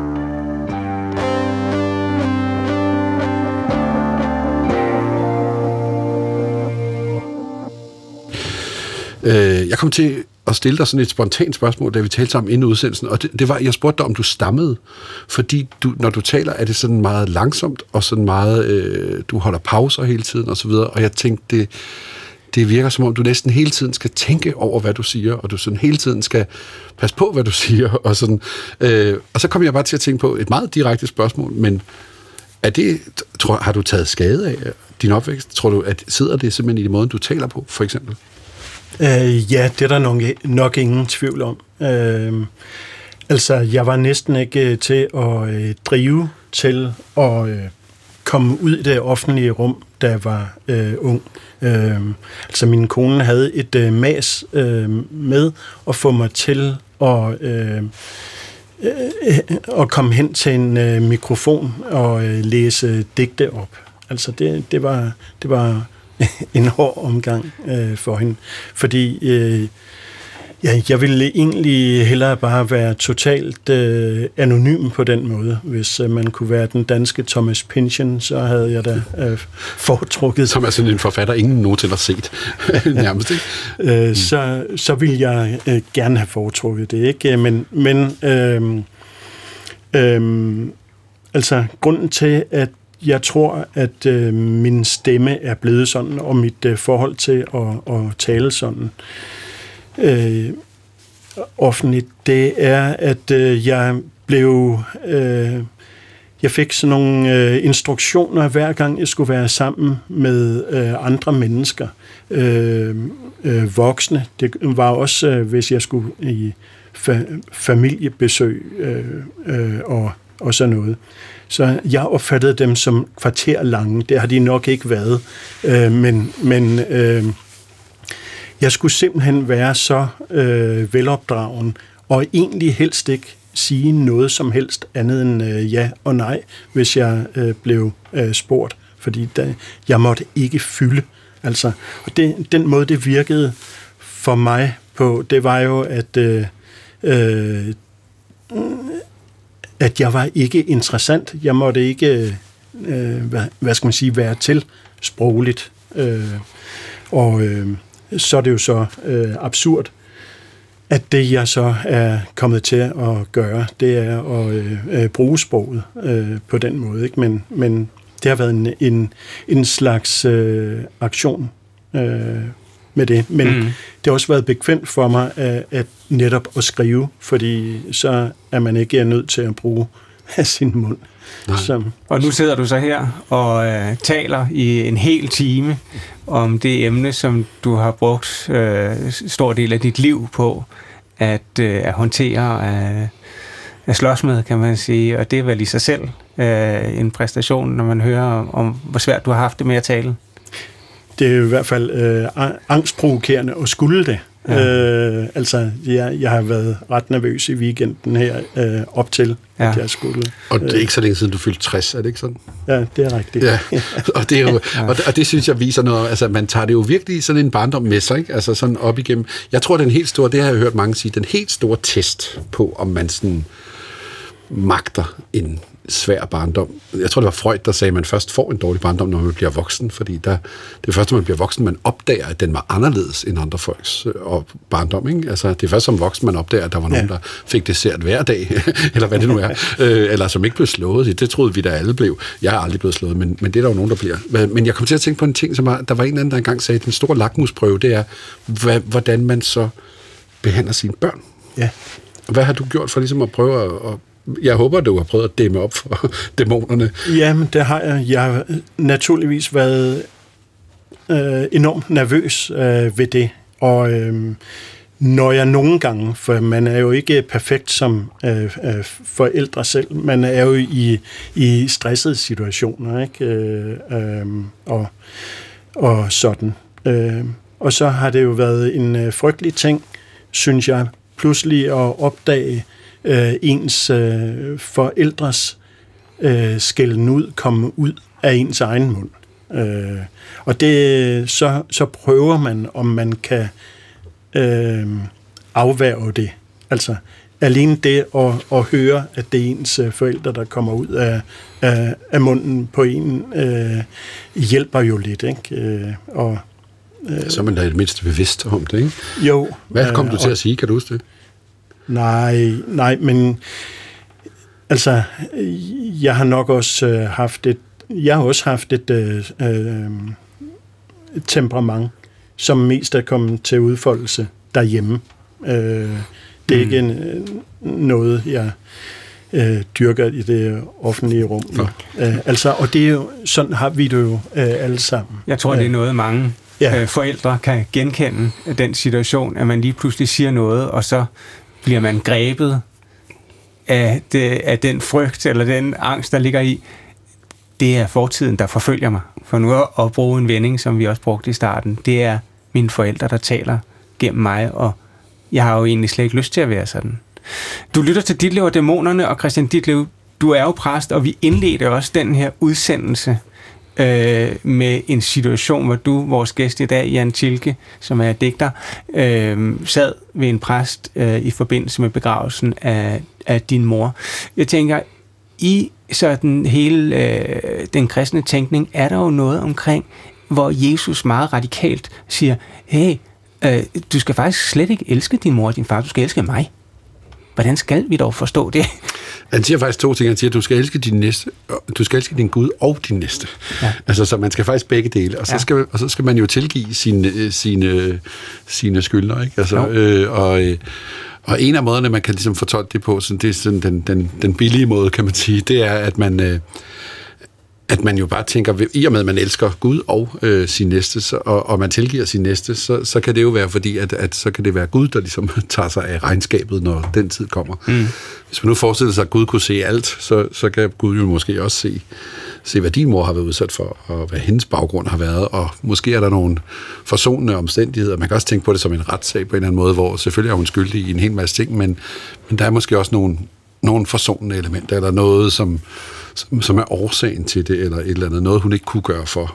B: Jeg kom til at stille dig sådan et spontant spørgsmål, da vi talte sammen inden udsendelsen, og det var, jeg spurgte dig, om du stammede, fordi når du taler, er det sådan meget langsomt, og sådan meget, du holder pauser hele tiden, og så videre, og jeg tænkte, det virker som om, du næsten hele tiden skal tænke over, hvad du siger, og du sådan hele tiden skal passe på, hvad du siger, og sådan. Og så kom jeg bare til at tænke på et meget direkte spørgsmål, men har du taget skade af din opvækst? Tror du, at sidder det simpelthen i den måde, du taler på, for eksempel?
D: Ja, det er der nok ingen tvivl om. Altså, jeg var næsten ikke til at drive til at komme ud i det offentlige rum, da jeg var ung. Altså, min kone havde et mas med at få mig til at at komme hen til en mikrofon og læse digte op. Altså det var en hård omgang for hende, fordi jeg ville egentlig hellere bare være totalt anonym på den måde. Hvis man kunne være den danske Thomas Pynchon, så havde jeg da foretrukket.
B: Som er sådan en forfatter, ingen nogensinde har set, nærmest, ikke?
D: Så ville jeg gerne have foretrukket det, ikke? Men altså, grunden til, at jeg tror, at min stemme er blevet sådan, og mit forhold til at tale sådan offentligt, det er, at jeg fik sådan nogle instruktioner, hver gang jeg skulle være sammen med andre mennesker, voksne. Det var også, hvis jeg skulle i familiebesøg og sådan noget. Så jeg opfattede dem som kvarterlange. Det har de nok ikke været. Men jeg skulle simpelthen være så velopdragen, og egentlig helst ikke sige noget som helst andet end ja og nej, hvis jeg blev spurgt. Fordi jeg måtte ikke fylde. Altså, og den måde, det virkede for mig på, det var jo, at jeg var ikke interessant. Jeg måtte ikke, hvad skal man sige, være til sprogligt. Så er det jo så absurd, at det, jeg så er kommet til at gøre, det er at bruge sproget på den måde. Ikke? Men det har været en slags aktion med det. Men det har også været bekvemt for mig at netop at skrive, fordi så er man ikke nødt til at bruge af sin mund.
C: Og nu sidder du så her og taler i en hel time om det emne, som du har brugt stor del af dit liv på at håndtere, at slås med, kan man sige. Og det er vel i sig selv en præstation, når man hører om, hvor svært du har haft det med at tale.
D: Det er i hvert fald angstprovokerende at skulle det. Ja. Jeg har været ret nervøs i weekenden her op til, at jeg skulle.
B: Og det er ikke så længe siden, du fyldte 60, er det ikke sådan?
D: Ja, det er rigtigt.
B: Ja. Og det er jo, og det synes jeg viser noget, altså man tager det jo virkelig sådan en barndom med sig, ikke? Altså sådan op igennem. Jeg tror, den helt store, det har jeg hørt mange sige, den helt store test på, om man sådan magter en svær barndom. Jeg tror, det var Freud, der sagde, at man først får en dårlig barndom, når man bliver voksen, fordi det er først, når man bliver voksen, man opdager, at den var anderledes end andre folks barndom. Ikke? Altså, det er først som voksen, man opdager, at der var nogen, der fik dessert hver dag, eller hvad det nu er, eller som ikke blev slået. Det troede vi, der alle blev. Jeg er aldrig blevet slået, men det er der jo nogen, der bliver. Men jeg kom til at tænke på en ting, som der var en anden, der engang sagde, at den store lakmusprøve, det er, hvordan man så behandler sine børn.
D: Ja.
B: Hvad har du gjort for ligesom at prøve at jeg håber, du har prøvet at dæmme op for dæmonerne.
D: Jamen, det har jeg. Jeg har naturligvis været enormt nervøs ved det. Og når jeg nogle gange, for man er jo ikke perfekt som forældre selv, man er jo i stressede situationer, ikke? Og sådan. Og så har det jo været en frygtelig ting, synes jeg, pludselig at opdage ens forældres skælden ud, komme ud af ens egen mund. Og det, så prøver man, om man kan afværge det. Altså alene det at høre, at det er ens forældre, der kommer ud af munden på en, hjælper jo lidt, ikke?
B: Så er man da i det mindste bevidst om det, ikke?
D: Jo.
B: Hvad kom du til at sige? Kan du huske det?
D: Nej, men altså, jeg har nok også haft et temperament, som mest er kommet til udfoldelse derhjemme. Det er ikke noget, jeg dyrker i det offentlige rum. Og det er jo, sådan har vi det jo alle sammen.
C: Jeg tror, det er noget, mange forældre kan genkende den situation, at man lige pludselig siger noget, og så bliver man grebet af den frygt eller den angst, der ligger i. Det er fortiden, der forfølger mig. For nu at bruge en vending, som vi også brugte i starten, det er mine forældre, der taler gennem mig, og jeg har jo egentlig slet ikke lyst til at være sådan. Du lytter til Ditlev og Dæmonerne, og Christian Ditlev, du er jo præst, og vi indledte også den her udsendelse med en situation, hvor du, vores gæst i dag, Jan Thielke, som er digter, sad ved en præst i forbindelse med begravelsen af din mor. Jeg tænker, i sådan hele den kristne tænkning, er der jo noget omkring, hvor Jesus meget radikalt siger, hey, du skal faktisk slet ikke elske din mor og din far, du skal elske mig. Hvordan skal vi dog forstå det?
B: Han siger faktisk to ting. Han siger, at du skal elske din næste, du skal elske din Gud og din næste. Ja. Altså, så man skal faktisk begge dele. Og så skal man jo tilgive sine skyldner, ikke? Altså, og en af måderne, man kan ligesom fortolke det på, sådan, det er sådan den billige måde, kan man sige, det er, at man jo bare tænker, i og med, at man elsker Gud og sin næste, og man tilgiver sin næste, så kan det jo være fordi, at så kan det være Gud, der ligesom tager sig af regnskabet, når den tid kommer. Hvis man nu forestiller sig, at Gud kunne se alt, så kan Gud jo måske også se, hvad din mor har været udsat for, og hvad hendes baggrund har været, og måske er der nogle forsonende omstændigheder. Man kan også tænke på det som en retssag på en eller anden måde, hvor selvfølgelig er hun skyldig i en hel masse ting, men der er måske også nogle forsonende elementer, eller noget, som er årsagen til det, eller et eller andet, noget hun ikke kunne gøre for.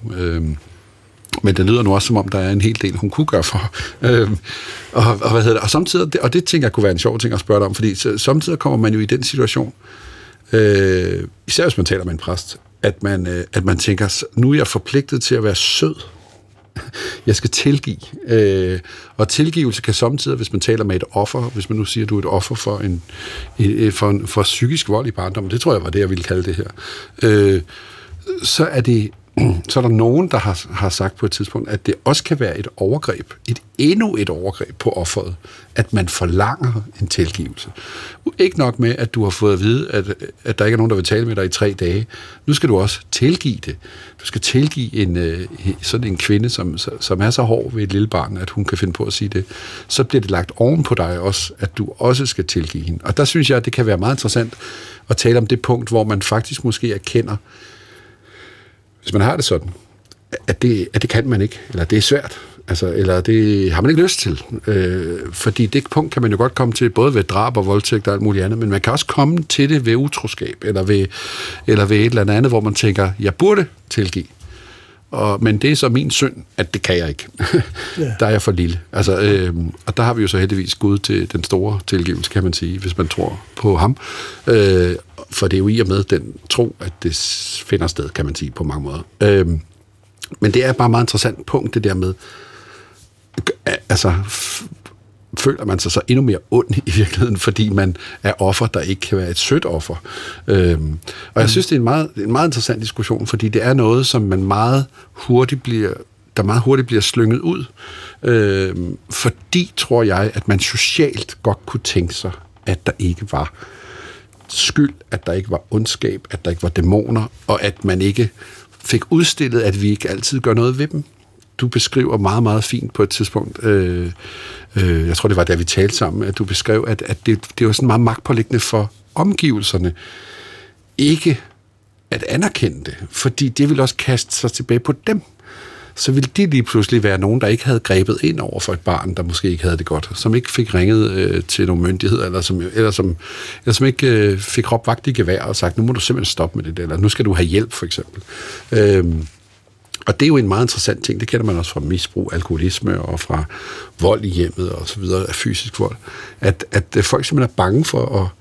B: Men det lyder nu også, som om der er en hel del, hun kunne gøre for. Og hvad hedder det? Og samtidig, og det tænker jeg kunne være en sjov ting at spørge dig om, fordi samtidig kommer man jo i den situation, især hvis man taler med en præst, at man tænker, nu er jeg forpligtet til at være sød. Jeg skal tilgive. Og tilgivelse kan samtidig, hvis man taler med et offer, hvis man nu siger, at du er et offer for psykisk vold i barndommen, det tror jeg var det, jeg ville kalde det her, så er der nogen, der har sagt på et tidspunkt, at det også kan være et overgreb, endnu et overgreb på offeret, at man forlanger en tilgivelse. Ikke nok med, at du har fået at vide, at der ikke er nogen, der vil tale med dig i 3 dage. Nu skal du også tilgive det. Du skal tilgive sådan en kvinde, som er så hård ved et lille barn, at hun kan finde på at sige det. Så bliver det lagt oven på dig også, at du også skal tilgive hende. Og der synes jeg, at det kan være meget interessant at tale om det punkt, hvor man faktisk måske erkender, hvis man har det sådan, at det kan man ikke, eller det er svært, eller det har man ikke lyst til. Fordi det punkt kan man jo godt komme til, både ved drab og voldtægt og alt muligt andet, men man kan også komme til det ved utroskab, eller ved et eller andet, hvor man tænker, jeg burde tilgive. Men det er så min synd, at det kan jeg ikke. Der er jeg for lille. Og der har vi jo så heldigvis Gud til den store tilgivelse, kan man sige, hvis man tror på ham. For det er jo i og med den tro, at det finder sted, kan man sige, på mange måder. Men det er bare meget interessant punkt, det der med, føler man sig så endnu mere ond i virkeligheden, fordi man er offer, der ikke kan være et sødt offer. Og jeg synes, det er en meget interessant diskussion, fordi det er noget, som man meget hurtigt bliver slynget ud. Fordi, tror jeg, at man socialt godt kunne tænke sig, at der ikke var skyld, at der ikke var ondskab, at der ikke var dæmoner, og at man ikke fik udstillet, at vi ikke altid gør noget ved dem. Du beskriver meget, meget fint på et tidspunkt, jeg tror, det var da vi talte sammen, at du beskrev, at det var sådan meget magtpåliggende for omgivelserne ikke at anerkende det, fordi det ville også kaste sig tilbage på dem. Så ville de lige pludselig være nogen, der ikke havde grebet ind over for et barn, der måske ikke havde det godt, som ikke fik ringet til nogle myndigheder, eller som ikke fik råbt vagt i gevær og sagt, nu må du simpelthen stoppe med det, eller nu skal du have hjælp, for eksempel. Og det er jo en meget interessant ting, det kender man også fra misbrug, alkoholisme og fra vold i hjemmet og så videre, af fysisk vold, at folk simpelthen er bange for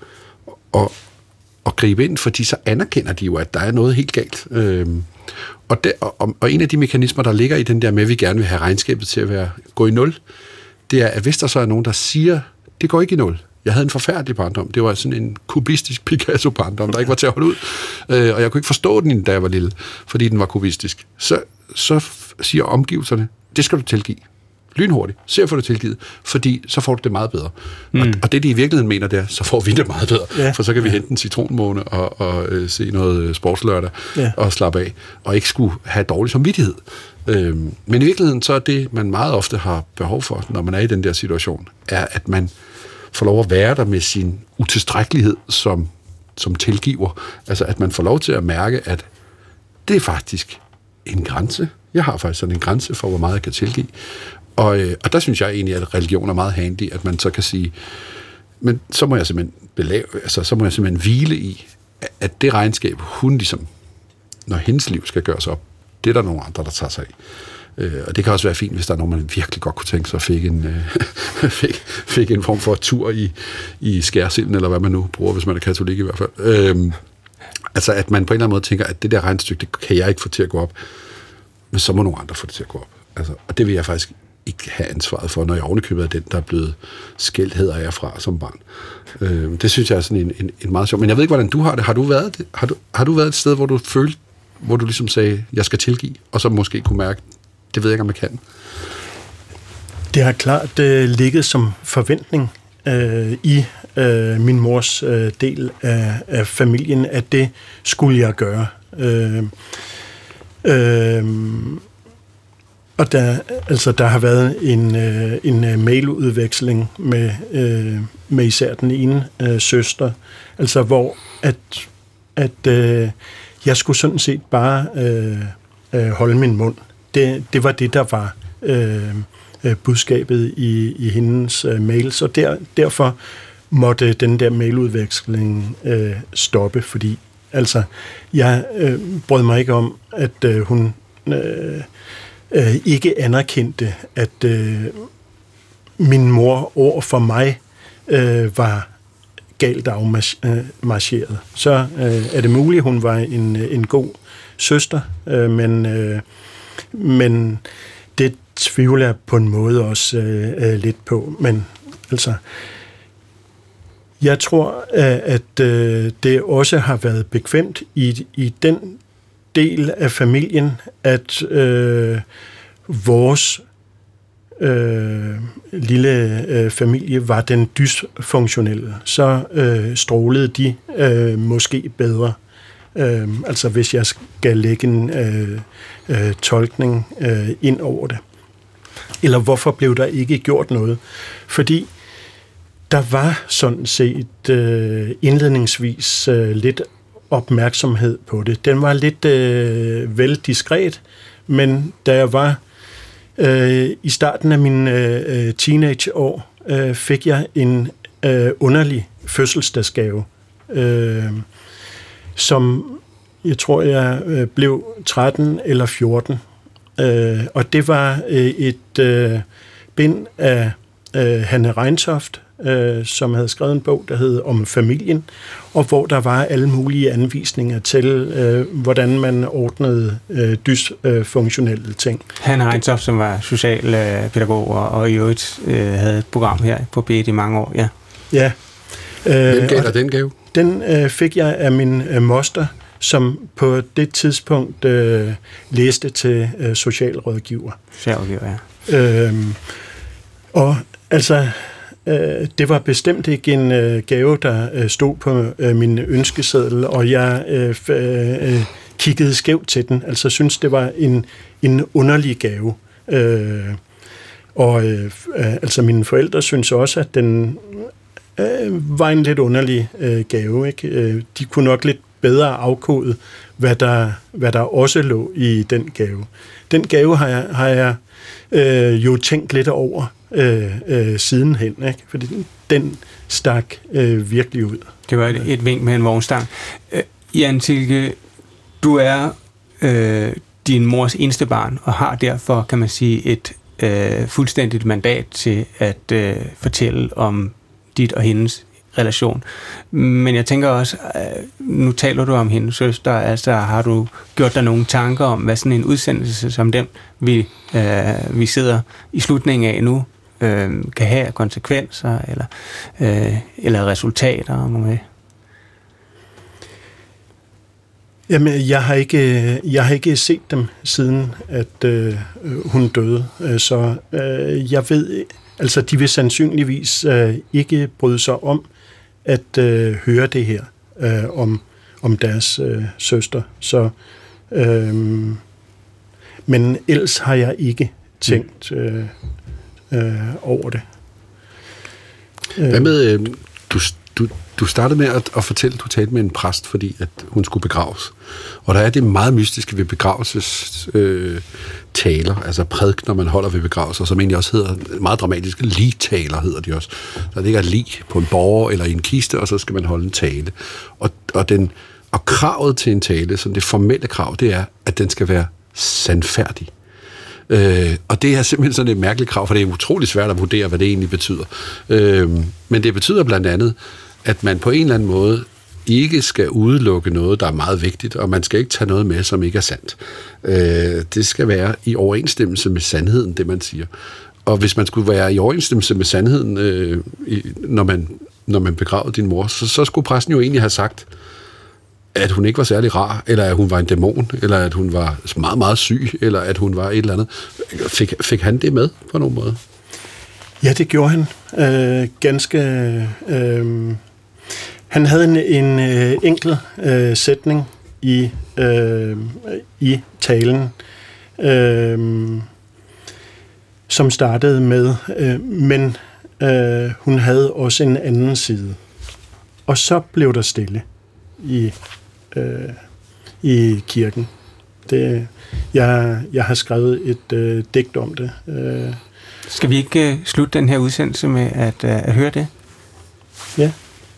B: at gribe ind, fordi så anerkender de jo, at der er noget helt galt. Og en af de mekanismer, der ligger i den der med, at vi gerne vil have regnskabet til at gå i nul, det er, at hvis der så er nogen, der siger, det går ikke i nul. Jeg havde en forfærdelig barndom. Det var sådan en kubistisk Picasso-barndom, der ikke var til at holde ud. Og jeg kunne ikke forstå den, da jeg var lille, fordi den var kubistisk. Så siger omgivelserne, det skal du tilgive. Lynhurtigt. Se at få det tilgivet, fordi så får du det meget bedre. Og det, de i virkeligheden mener, det er, så får vi det meget bedre. For så kan vi hente en citronmåne og se noget sportslørdag og slappe af, og ikke skulle have dårlig samvittighed. Men i virkeligheden, så er det, man meget ofte har behov for, når man er i den der situation, er, at man får lov at være der med sin utilstrækkelighed som tilgiver. Altså, at man får lov til at mærke, at det er faktisk en grænse. Jeg har faktisk sådan en grænse for, hvor meget jeg kan tilgive. Og der synes jeg egentlig, at religion er meget handy, at man så kan sige,
A: Men så må jeg simpelthen hvile i, at det regnskab, hun ligesom, når hendes liv skal gøres op, det er der nogle andre, der tager sig af. Og det kan også være fint, hvis der er nogen, man virkelig godt kunne tænke sig, fik en form for tur i skærsilden, eller hvad man nu bruger, hvis man er katolik i hvert fald. Altså, at man på en eller anden måde tænker, at det der regnestykke, det kan jeg ikke få til at gå op, men så må nogle andre få det til at gå op. Altså, og det vil jeg faktisk ikke have ansvaret for, når jeg ovenikøbet er den, der er blevet skældt hedder jeg fra som barn. Det synes jeg er sådan en meget sjov. Men jeg ved ikke, hvordan du har det. Har du været et sted, hvor du følte, hvor du ligesom sagde, jeg skal tilgive, og så måske kunne mærke, det ved jeg ikke, om jeg kan?
D: Det har klart ligget som forventning i min mors del af familien, at det skulle jeg gøre. Og der har været en mailudveksling med især den ene søster, altså hvor at jeg skulle sådan set bare holde min mund. Det var det, der var budskabet i hendes mails, og derfor måtte den der mailudveksling stoppe, fordi altså jeg brød mig ikke om, at hun ikke anerkendte, at min mor over for mig var galt afmarcheret. Så er det muligt, hun var en god søster, men det tvivler jeg på en måde også lidt på. Men altså, jeg tror, at det også har været bekvemt i den del af familien, at vores lille familie var den dysfunktionelle. Så strålede de måske bedre. Altså hvis jeg skal lægge en tolkning ind over det. Eller hvorfor blev der ikke gjort noget? Fordi der var sådan set indledningsvis lidt opmærksomhed på det. Den var lidt vel diskret, men da jeg var i starten af mine teenageår, fik jeg en underlig fødselsdagsgave, som jeg tror, jeg blev 13 eller 14. Og det var et bind af Hanne Reintoft, som havde skrevet en bog, der hed Om familien, og hvor der var alle mulige anvisninger til, hvordan man ordnede dysfunktionelle ting.
C: Hanne Reintoft, som var socialpædagog og i øvrigt havde et program her på B1 i mange år. Ja.
D: Ja.
A: Hvem gav dig den gave?
D: Den fik jeg af min moster, som på det tidspunkt læste til socialrådgiver.
C: Socialrådgiver, ja.
D: Og altså, det var bestemt ikke en gave, der stod på min ønskeseddel, og jeg kiggede skævt til den. Altså, synes det var en underlig gave. Altså, mine forældre synes også, at den var en lidt underlig gave. Ikke? De kunne nok lidt bedre afkode, hvad der også lå i den gave. Den gave har jeg jo tænkt lidt over sidenhen, ikke? Fordi den stak virkelig ud. Det
C: var et vink med en vognstang. Jan Thielke, du er din mors eneste barn, og har derfor, kan man sige, et fuldstændigt mandat til at fortælle om dit og hendes relation. Men jeg tænker også, nu taler du om hendes søster, altså har du gjort dig nogle tanker om, hvad sådan en udsendelse som den, vi sidder i slutningen af nu, kan have konsekvenser eller resultater med?
D: Jamen, jeg har ikke set dem siden, at hun døde, så jeg ved, altså de vil sandsynligvis ikke bryde sig om at høre det her om deres søster. Så, men ellers har jeg ikke tænkt over det.
A: Hvad med, du startede med at fortælle, at du talte med en præst, fordi at hun skulle begraves. Og der er det meget mystiske ved begravelsestaler, altså prædikener, man holder ved begravelser, som egentlig også hedder, meget dramatiske ligtaler hedder de også. Der ligger et lig på en borger eller i en kiste, og så skal man holde en tale. Og kravet til en tale, som det formelle krav, det er, at den skal være sandfærdig. Og det er simpelthen sådan et mærkeligt krav, for det er utroligt svært at vurdere, hvad det egentlig betyder. Men det betyder blandt andet, at man på en eller anden måde ikke skal udelukke noget, der er meget vigtigt, og man skal ikke tage noget med, som ikke er sandt. Det skal være i overensstemmelse med sandheden, det man siger. Og hvis man skulle være i overensstemmelse med sandheden, når man begravede din mor, så skulle præsten jo egentlig have sagt, at hun ikke var særlig rar, eller at hun var en dæmon, eller at hun var meget, meget syg, eller at hun var et eller andet. Fik han det med på nogen måde?
D: Ja, det gjorde han. Han havde en enkel sætning i talen, som startede med, men hun havde også en anden side. Og så blev der stille i kirken. Jeg har skrevet et digt om det.
C: Skal vi ikke slutte den her udsendelse med at høre det?
D: Ja.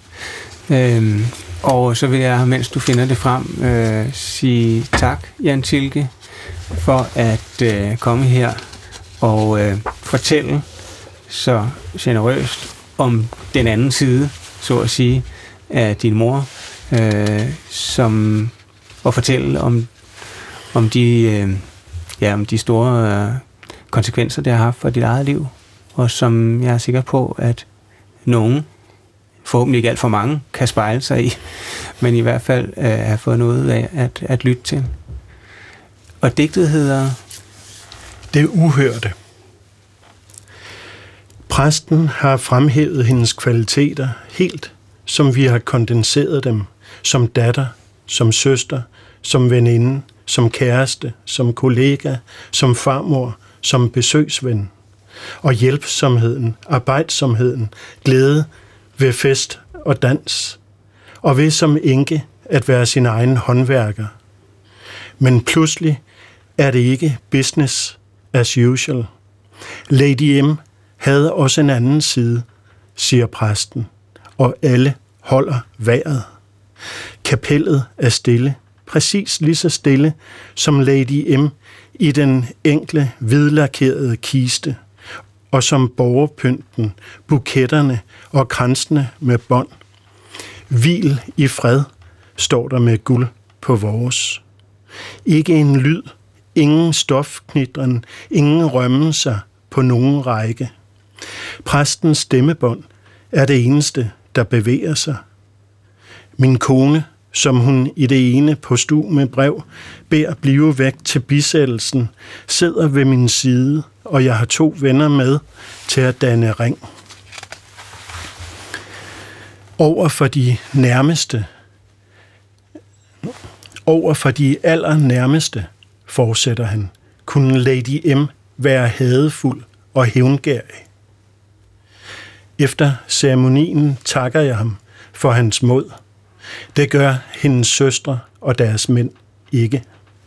C: Og så vil jeg, mens du finder det frem, sige tak, Jan Thielke, for at komme her og fortælle så generøst om den anden side, så at sige, af din mor, og fortælle om de store konsekvenser, det har haft for dit eget liv, og som jeg er sikker på, at nogen, forhåbentlig ikke alt for mange, kan spejle sig i, men i hvert fald have fået noget af at lytte til. Og digtet hedder...
D: Det uhørte. Præsten har fremhævet hendes kvaliteter helt, som vi har kondenseret dem, som datter, som søster, som veninde, som kæreste, som kollega, som farmor, som besøgsven. Og hjælpsomheden, arbejdsomheden, glæde ved fest og dans, og ved som enke at være sin egen håndværker. Men pludselig er det ikke business as usual. Lady M havde også en anden side, siger præsten, og alle holder vejret. Kapellet er stille, præcis lige så stille som Lady M i den enkle, hvidlakerede kiste, og som borgerpynten, buketterne og kransene med bånd. Hvil i fred, står der med guld på vores. Ikke en lyd, ingen stofknitren, ingen rømmelser på nogen række. Præstens stemmebånd er det eneste, der bevæger sig. Min kone, som hun i det ene postume brev beder blive væk til bisættelsen, sidder ved min side, og jeg har 2 venner med til at danne ring. Over for de allernærmeste, fortsætter han, kunne Lady M være hadefuld og hævngærig. Efter ceremonien takker jeg ham for hans mod. Det gør hendes søstre og deres mænd ikke.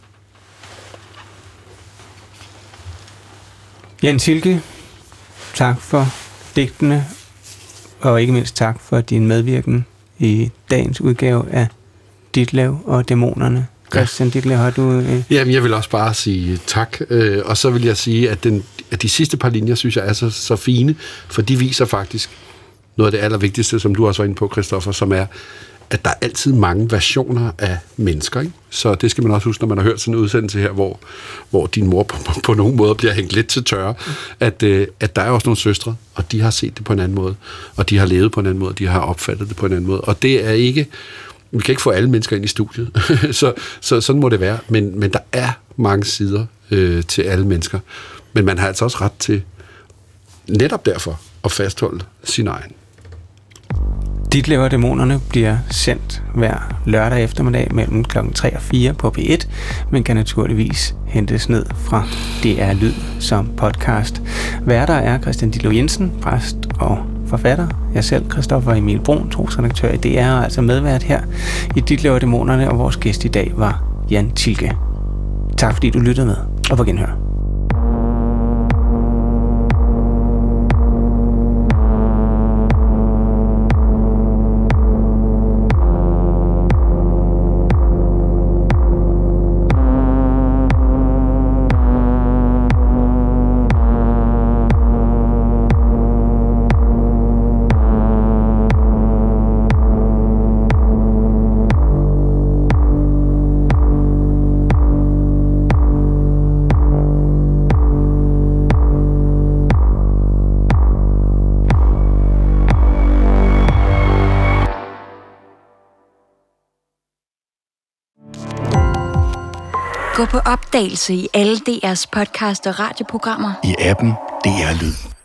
C: Jan Thielke, tak for digtene, og ikke mindst tak for din medvirken i dagens udgave af Ditlev og Dæmonerne. Christian Ditlev, har du...
A: Jamen, jeg vil også bare sige tak, og så vil jeg sige, at de sidste par linjer, synes jeg, er så fine, for de viser faktisk noget af det allervigtigste, som du også var inde på, Christoffer, som er, at der er altid mange versioner af mennesker, ikke? Så det skal man også huske, når man har hørt sådan en udsendelse her, hvor din mor på nogen måde bliver hængt lidt til tørre, at der er også nogle søstre, og de har set det på en anden måde, og de har levet på en anden måde, og de har opfattet det på en anden måde, og det er ikke... Vi kan ikke få alle mennesker ind i studiet, så sådan må det være, men der er mange sider til alle mennesker, men man har altså også ret til netop derfor at fastholde sin egen.
C: Ditlev og Dæmonerne bliver sendt hver lørdag eftermiddag mellem kl. 3 og 4 på P1, men kan naturligvis hentes ned fra DR Lyd som podcast. Værter er Christian Ditlev Jensen, præst og forfatter. Jeg selv, Christoffer Emil Bruun, trosredaktør i DR, og altså medvært her i Ditlev og Dæmonerne, og vores gæst i dag var Jan Thielke. Tak fordi du lyttede med, og på genhør.
E: Gå på opdagelse i alle DR's podcast og radioprogrammer.
F: I appen DR Lyd.